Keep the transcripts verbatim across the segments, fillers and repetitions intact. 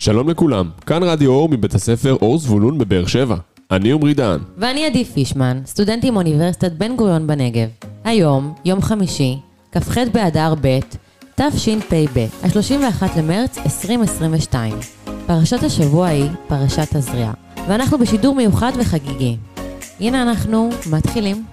שלום לכולם, כאן רדיו אור מבית הספר אור זבולון בבאר שבע. אני עומרי דהן. ואני עדי פישמן, סטודנט עם אוניברסיטת בן גוריון בנגב. היום, יום חמישי, כ"ח באדר ב', תשפ"ב, ה-שלושים ואחד למרץ עשרים עשרים ושתיים. פרשת השבוע היא פרשת תזריע, ואנחנו בשידור מיוחד וחגיגי. הנה אנחנו מתחילים.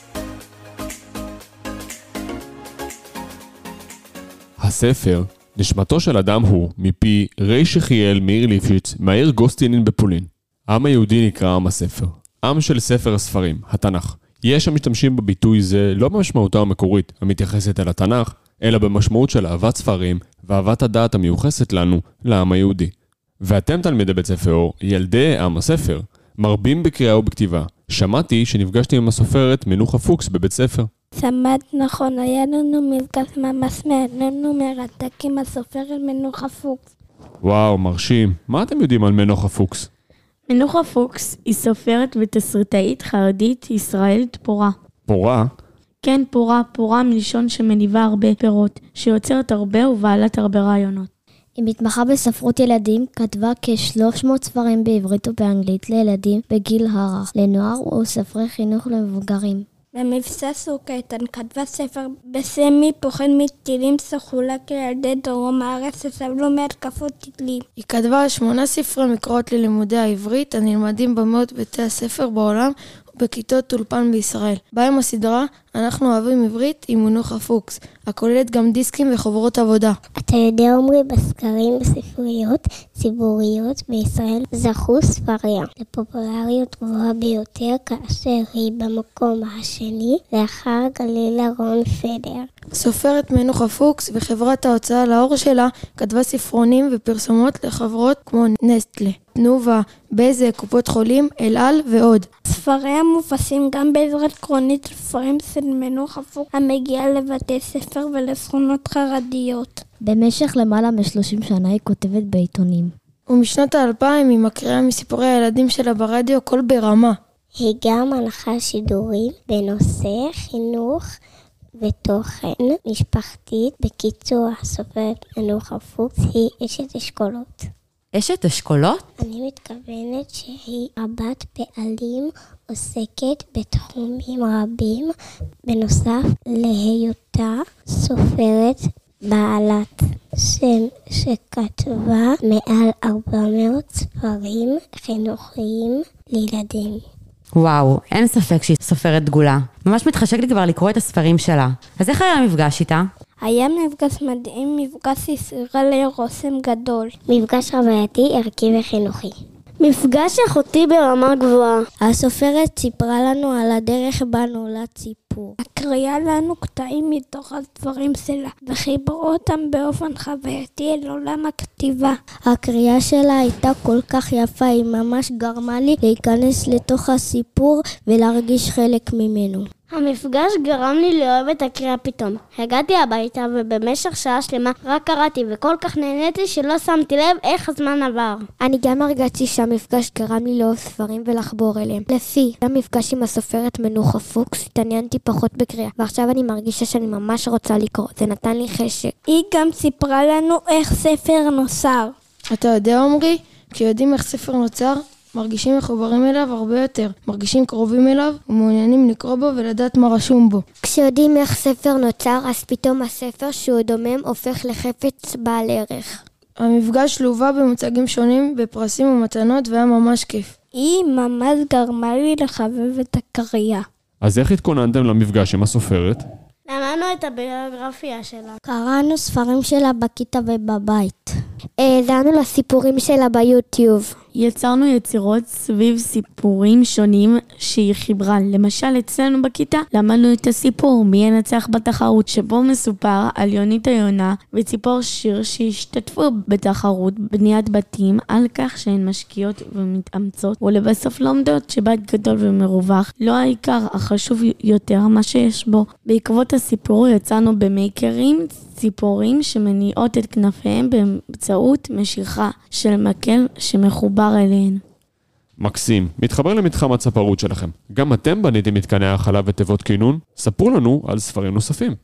הספר נשמתו של אדם הוא מפי ריש יחיאל מאיר ליפשיץ מהעיר גוסטינין בפולין. העם היהודי נקרא עם הספר, עם של ספר הספרים, התנ"ך. יש המשתמשים בביטוי זה לא במשמעותו המקורית המתייחסת אל התנ"ך, אלא במשמעות של אהבת ספרים ואהבת הדעת המיוחסת לנו, לעם היהודי. ואתם תלמידי בית ספר אור, ילדי עם הספר, מרבים בקריאה ובכתיבה. שמעתי שנפגשתי עם הסופרת מנוחה פוקס בבית ספר. שמעת נכון, היה לנו מפגש ממש מעניין ומרתק עם הסופרת מנוחה פוקס. וואו, מרשים. מה אתם יודעים על מנוחה פוקס? מנוחה פוקס היא סופרת ותסריטאית חרדית ישראלית פורה. פורה? כן, פורה, פורה מלשון שמניבה הרבה פירות, שיוצרת הרבה ובעלת הרבה רעיונות. היא מתמחה בספרות ילדים, כתבה כ-שלוש מאות ספרים בעברית ובאנגלית לילדים בגיל הרך, לנוער וספרי חינוך למבוגרים. במבצע צוק איתן כתבה ספר בסמי פוחד מטילים שחולק לילדי דרום הארץ שסבלו מהתקפות טילים. היא כתבה שמונה ספרי מקורות ללימודי העברית הנלמדים במאות בתי הספר בעולם ובכיתות אולפן בישראל. בהם הסדרה אנחנו אוהבים עברית עם מנוחה פוקס, הכוללת גם דיסקים וחוברות עבודה. אתה יודע, עומרי, בסקרים בספריות ציבוריות בישראל זכו ספריה לפופולריות גבוהה ביותר, כאשר היא במקום השני לאחר גלילה רון פדר. סופרת מנוחה פוקס וחברת ההוצאה לאור שלה כתבה ספרונים ופרסומות לחברות כמו נסטלה, תנובה, בזק, קופות חולים, אל על ועוד. ספריה מופצים גם בעזרת קרונית ספרים של מנוחה פוקס המגיעה לבתי ספר ולשכונות חרדיות. במשך למעלה מ-שלושים שנה היא כותבת בעיתונים. ומשנות האלפיים היא מקריאה מסיפורי הילדים שלה ברדיו קול ברמה. היא גם מנחה שידורים בנושא חינוך ותוכן משפחתית. בקיצור, הסופרת מנוחה פוקס היא אשת אשכולות. אשת אשכולות? אני מתכוונת שהיא רבת פעלים, עוסקת בתחומים רבים, בנוסף להיותה סופרת בעלת שם שכתבה מעל ארבע מאות ספרים חינוכיים לילדים. וואו, אין ספק שהיא סופרת דגולה. ממש מתחשק לי כבר לקרוא את הספרים שלה. אז איך היה המפגש איתה? היה מפגש מדהים, מפגש יסירה לרוסם גדול. מפגש חווייתי, ערכי וחינוכי. מפגש איכותי ברמה גבוהה. הסופרת סיפרה לנו על הדרך בה נולד סיפור. הקריאה לנו קטעים מתוך הספרים שלה, וחיברו אותם באופן חווייתי אל עולם הכתיבה. הקריאה שלה הייתה כל כך יפה, היא ממש גרמה לי להיכנס לתוך הסיפור ולהרגיש חלק ממנו. המפגש גרם לי לאהוב את הקריאה פתאום. הגעתי הביתה ובמשך שעה שלמה רק קראתי וכל כך נהניתי שלא שמתי לב איך הזמן עבר. אני גם הרגשתי שהמפגש גרם לי לאהוב ספרים ולחבור אליהם. לפי המפגש עם הסופרת מנוחה פוקס התעניינתי פחות בקריאה, ועכשיו אני מרגישה שאני ממש רוצה לקרוא. זה נתן לי חשק. היא גם סיפרה לנו איך ספר נוצר. אתה יודע, עומרי, כשיודעים איך ספר נוצר, מרגישים מחוברים אליו הרבה יותר, מרגישים קרובים אליו ומעוניינים לקרוא בו ולדעת מה רשום בו. כשיודעים איך ספר נוצר, אז פתאום הספר שהוא דומם הופך לחפץ בעל ערך. המפגש לווה במוצגים שונים, בפרסים ומתנות, והיה ממש כיף. היא ממש גרמה לי לחבב את הקריאה. אז איך התכוננתם למפגש עם הסופרת? למדנו את הביוגרפיה שלה. קראנו ספרים שלה בכיתה ובבית. האזנו לסיפורים שלה ביוטיוב. יצרנו יצירות סביב סיפורים שונים שהיא חיברה. למשל, אצלנו בכיתה למדנו את הסיפור מי ינצח בתחרות, שבו מסופר על יונית היונה וציפור שיר שהשתתפו בתחרות בניית בתים, על כך שהן משקיעות ומתאמצות, ולבסוף לומדות שבית גדול ומרווח לא העיקר, החשוב יותר מה שיש בו. בעקבות הסיפור יצרנו במייקרים ציפורים שמניעות את כנפיהם באמצעות משיכה של מקל שמחובר אליהן. מקסים, מתחבר למתחם הצפרות שלכם. גם אתם בניתם מתקני האכלה ותיבות כינון? ספרו לנו על ספרים נוספים.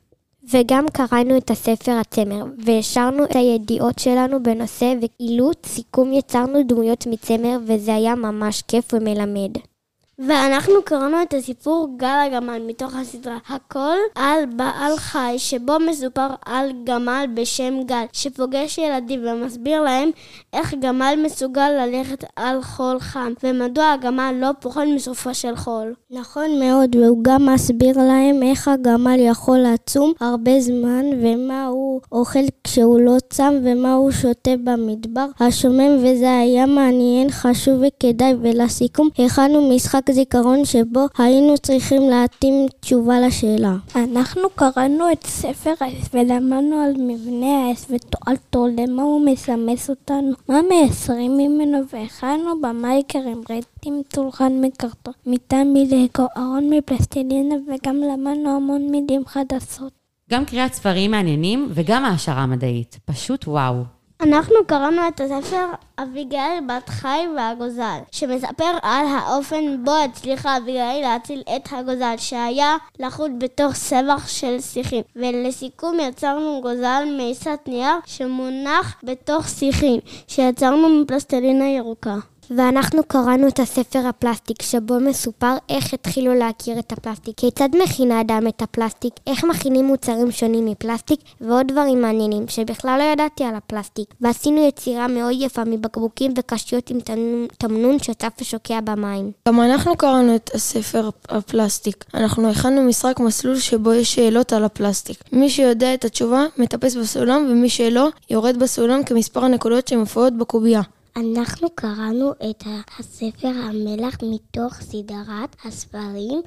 וגם קראנו את הספר הצמר, והשארנו את הידיעות שלנו בנושא ואילוץ סיכום יצרנו דמויות מצמר, וזה היה ממש כיף ומלמד. ואנחנו קראנו את הסיפור גל הגמל מתוך הסדרה הכל על בעל חי, שבו מסופר על גמל בשם גל שפוגש ילדים ומסביר להם איך גמל מסוגל ללכת על חול חם ומדוע הגמל לא פוחד מסופו של חול. נכון מאוד, והוא גם מסביר להם איך הגמל יכול לצום הרבה זמן ומה הוא אוכל כשהוא לא צם ומה הוא שותה במדבר השומם, וזה היה מעניין, חשוב וכדאי. ולסיכום הכנו משחק זיכרון שבו היינו צריכים להתאים תשובה לשאלה. אנחנו קראנו את ספר העץ ולמדנו על מבנה העץ ותועלתו, למה הוא מסמס אותנו, מה מייסרים ממנו, והכנו במייקרים רהיטים, צולחן מקרטון, מיטה מלגו, ארון מפלסטלינה, וגם למדנו המון מילים חדשות. גם קריאת ספרים מעניינים וגם העשרה מדעית. פשוט וואו. אנחנו קראנו את הספר אביגיל בת חי והגוזל, שמספר על האופן בו הצליחה אביגיל להציל את הגוזל שהיה לחוט בתוך סבך של שיחים. ולסיכום יצרנו גוזל מעיסת נייר שמונח בתוך שיחים שיצרנו מפלסטלינה ירוקה. ואנחנו קראנו את הספר הפלסטיק, שבו מסופר איך התחילו להכיר את הפלסטיק, כיצד מכינה אדם את הפלסטיק, איך מכינים מוצרים שונים מפלסטיק, ועוד דברים מעניינים שבכלל לא ידעתי על הפלסטיק. ועשינו יצירה מאוד יפה מבקבוקים וקשיות עם תמנון שצף ושוקע במים. גם אנחנו קראנו את הספר הפלסטיק. אנחנו הכנו משחק מסלול שבו יש שאלות על הפלסטיק. מי שיודע את התשובה מטפס בסולם, ומי שלא יורד בסולם כמספר הנקודות שמופיעות בקובייה. אנחנו קראנו את הספר המלח מתוך סדרת הספרים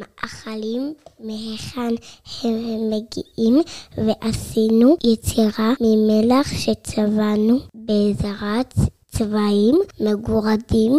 מאכלים מהיכן הם מגיעים, ועשינו יצירה ממלח שצבענו בעזרת צבעים מגורדים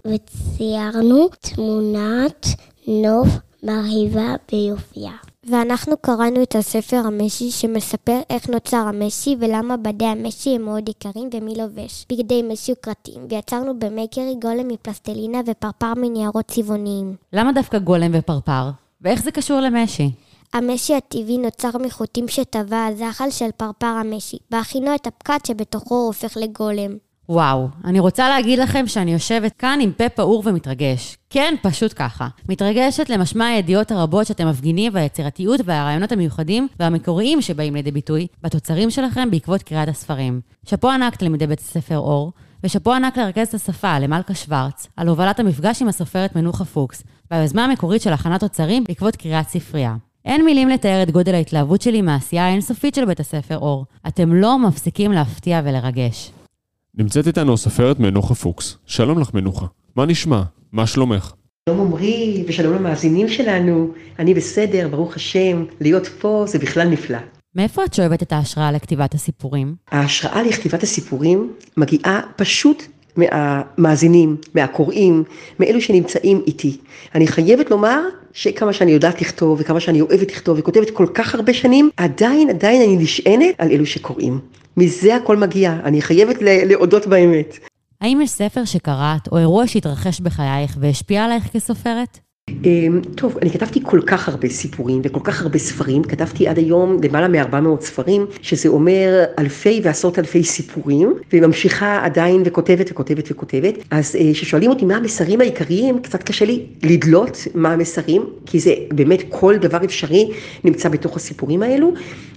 וציירנו תמונת נוף מרהיבה ביופייה. ואנחנו קראנו את הספר המשי שמספר איך נוצר המשי ולמה בדי המשי הם מאוד יקרים ומי לובש בגדי משי וקרטים, ויצרנו במייקרי גולם מפלסטלינה ופרפר מניירות צבעוניים. למה דווקא גולם ופרפר? ואיך זה קשור למשי? המשי הטבעי נוצר מחוטים שטבע הזחל של פרפר המשי, והכינו את הפקד שבתוכו הוא הופך לגולם. וואו, אני רוצה להגיד לכם שאני יושבת כאן עם פה פעור ומתרגש. כן, פשוט ככה. מתרגשת למשמע הידיעות הרבות שאתם מפגינים והיצירתיות והרעיונות המיוחדים והמקוריים שבאים לידי ביטוי בתוצרים שלכם בעקבות קריאת הספרים. שפו ענק תלמידי בית הספר אור, ושפו ענק לרכזת השפה למלכה שוורץ, על הובלת המפגש עם הסופרת מנוחה פוקס, והיוזמה המקורית של הכנת תוצרים בעקבות קריאת ספרייה. אין מילים לתאר את גודל ההתלהבות שלי מהעשייה האינסופית של בית הספר אור. אתם לא מפסיקים להפתיע ולרגש. נמצאת איתנו הסופרת מנוחה פוקס. שלום לך מנוחה. מה נשמע? מה שלומך? שלום עמרי ושלום למאזינים שלנו. אני בסדר, ברוך השם. להיות פה זה בכלל נפלא. מאיפה את שואבת את ההשראה לכתיבת הסיפורים? ההשראה לכתיבת הסיפורים מגיעה פשוט מהמאזינים, מהקוראים, מאלו שנמצאים איתי. אני חייבת לומר שכמה שאני יודעת לכתוב וכמה שאני אוהבת לכתוב וכותבת כל כך הרבה שנים, עדיין, עדיין אני נשענת על אלו שקוראים. מזה הכל מגיע, אני חייבת להודות באמת. האם יש ספר שקראת או אירוע שהתרחש בחייך והשפיע עלייך כסופרת? טוב, אני כתבתי כל כך הרבה סיפורים וכל כך הרבה ספרים, כתבתי עד היום למעלה מ-ארבע מאות ספרים, שזה אומר אלפי ועשרות אלפי סיפורים, וממשיכה עדיין וכותבת וכותבת וכותבת. אז ששואלים אותי מה המסרים העיקריים, קצת קשה לי לדלות מה המסרים, כי זה באמת כל דבר אפשרי נמצא בתוך הסיפורים האלו.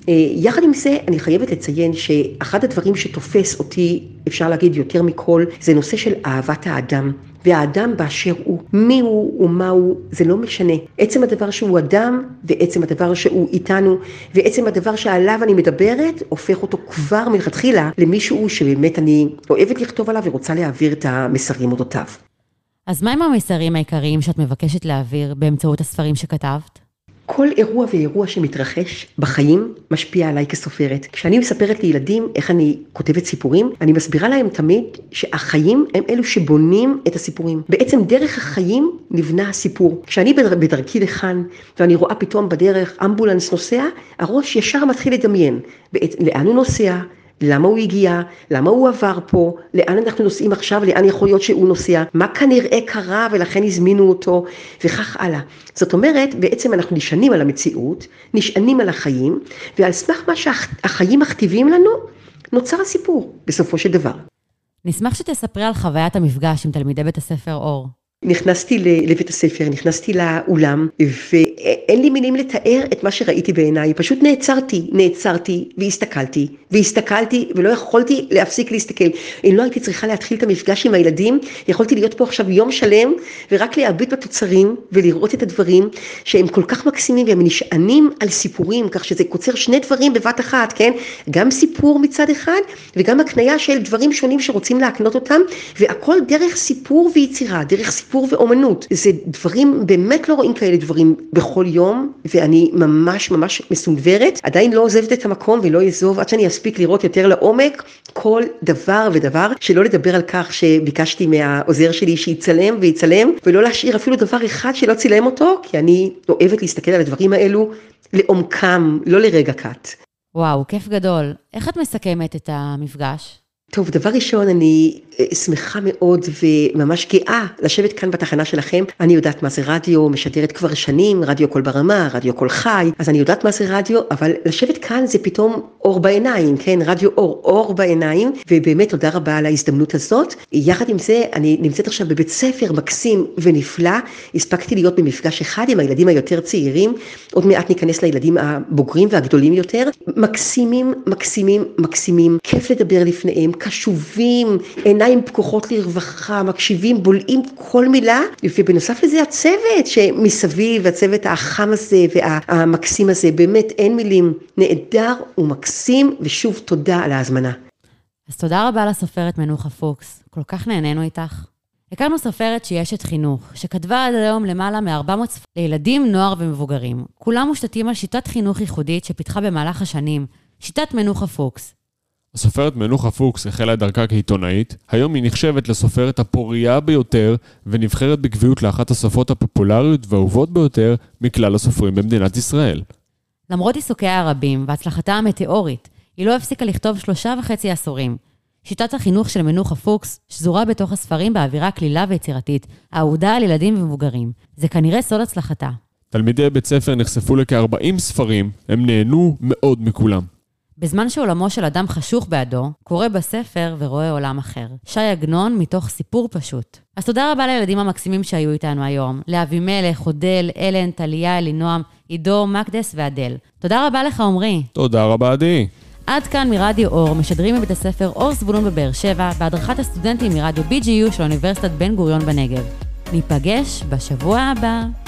יחד עם זה אני חייבת לציין שאחד הדברים שתופס אותי, אפשר להגיד יותר מכל, זה נושא של אהבת האדם. והאדם באשר הוא, מי הוא ומה הוא, זה לא משנה. עצם הדבר שהוא אדם, ועצם הדבר שהוא איתנו, ועצם הדבר שעליו אני מדברת, הופך אותו כבר מלכתחילה למישהו שבאמת אני אוהבת לכתוב עליו ורוצה להעביר את המסרים אודותיו. אז מה עם המסרים העיקריים שאת מבקשת להעביר באמצעות הספרים שכתבת? כל אירוע ואירוע שמתרחש בחיים משפיע עליי כסופרת. כשאני מספרת לילדים איך אני כותבת סיפורים, אני מסבירה להם תמיד שהחיים הם אלו שבונים את הסיפורים. בעצם דרך החיים נבנה הסיפור. כשאני בדרכי לכאן ואני רואה פתאום בדרך אמבולנס נוסע, הראש ישר מתחיל לדמיין. לאן הוא נוסע? למה הוא הגיע, למה הוא עבר פה, לאן אנחנו נוסעים עכשיו, לאן יכול להיות שהוא נוסע, מה כנראה קרה ולכן הזמינו אותו, וכך הלאה. זאת אומרת, בעצם אנחנו נשענים על המציאות, נשענים על החיים, ועל סמך מה שהחיים מכתיבים לנו, נוצר הסיפור בסופו של דבר. נשמח שתספרי על חוויית המפגש עם תלמידי בית הספר אור. נכנסתי לבית הספר, נכנסתי לאולם, ואין לי מילים לתאר את מה שראיתי בעיניי, פשוט נעצרתי, נעצרתי והסתכלתי, והסתכלתי ולא יכולתי להפסיק להסתכל. אם לא הייתי צריכה להתחיל את המפגש עם הילדים, יכולתי להיות פה עכשיו יום שלם, ורק להביט בתוצרים ולראות את הדברים שהם כל כך מקסימים, והם נשענים על סיפורים, כך שזה קוצר שני דברים בבת אחת, כן? גם סיפור מצד אחד, וגם הקניה של דברים שונים שרוצים להקנות אותם, והכל דרך סיפור ויצירה, דרך סיפור ואומנות. זה דברים, באמת לא רואים כאלה דברים בכל יום, ואני ממש ממש מסונברת, עדיין לא עוזבת את המקום ולא אעזוב עד שאני אספיק לראות יותר לעומק כל דבר ודבר, שלא לדבר על כך שביקשתי מהעוזר שלי שיצלם ויצלם, ולא להשאיר אפילו דבר אחד שלא צילם אותו, כי אני אוהבת להסתכל על הדברים האלו לעומקם, לא לרגע קט. וואו, כיף גדול. איך את מסכמת את המפגש? טוב, דבר ראשון, אני שמחה מאוד וממש גאה לשבת כאן בתחנה שלכם. אני יודעת מה זה רדיו, משדרת כבר שנים, רדיו קול ברמה, רדיו קול חי, אז אני יודעת מה זה רדיו, אבל לשבת כאן זה פתאום אור בעיניים, כן? רדיו אור, אור בעיניים, ובאמת תודה רבה על ההזדמנות הזאת. יחד עם זה, אני נמצאת עכשיו בבית ספר מקסים ונפלא, הספקתי להיות במפגש אחד עם הילדים היותר צעירים, עוד מעט ניכנס לילדים הבוגרים והגדולים יותר, מקסימים, מקסימים, מקסימים, כיף לדבר לפניהם, קשובים, עיניים פקוחות לרווחה, מקשיבים, בולעים כל מילה, ובנוסף לזה הצוות שמסביב, הצוות החם הזה והמקסים הזה, באמת אין מילים, נהדר ומקסים, ושוב תודה על ההזמנה. אז תודה רבה לסופרת מנוחה פוקס, כל כך נהנינו איתך. הכרנו סופרת שהיא אשת חינוך, שכתבה עד היום למעלה מ-ארבע מאות ספרים לילדים, נוער ומבוגרים. כולם מושתתים על שיטת חינוך ייחודית שפיתחה במהלך השנים, שיטת מנוחה פוקס. הסופרת מנוחה פוקס החלה את דרכה כעיתונאית, היום היא נחשבת לסופרת הפוריה ביותר ונבחרת בקביעות לאחת הסופרות הפופולריות והאהובות ביותר מכלל הסופרים במדינת ישראל. למרות עיסוקיה הרבים והצלחתה המטאורית, היא לא הפסיקה לכתוב שלושה וחצי עשורים. שיטת החינוך של מנוחה פוקס שזורה בתוך הספרים באווירה כלילה ויצירתית, אהודה על ילדים ומבוגרים. זה כנראה סוד הצלחתה. תלמידי בית ספר נחשפו לכ-ארבעים ספרים, הם נהנו מאוד מכולם. בזמן שעולמו של אדם חשוך בעדו, קורא בספר ורואה עולם אחר. שי עגנון מתוך סיפור פשוט. אז תודה רבה לילדים המקסימים שהיו איתנו היום. לאבימלך, חודל, אלן, טליה, אלינועם, עידו, מקדס ועדל. תודה רבה לך, עומרי. תודה רבה, עדי. עד כאן מרדיו אור, משדרים מבית הספר אור זבולון בבאר שבע, בהדרכת הסטודנטים מרדיו בי ג'י יו של אוניברסיטת בן גוריון בנגב. ניפגש בשבוע הבא.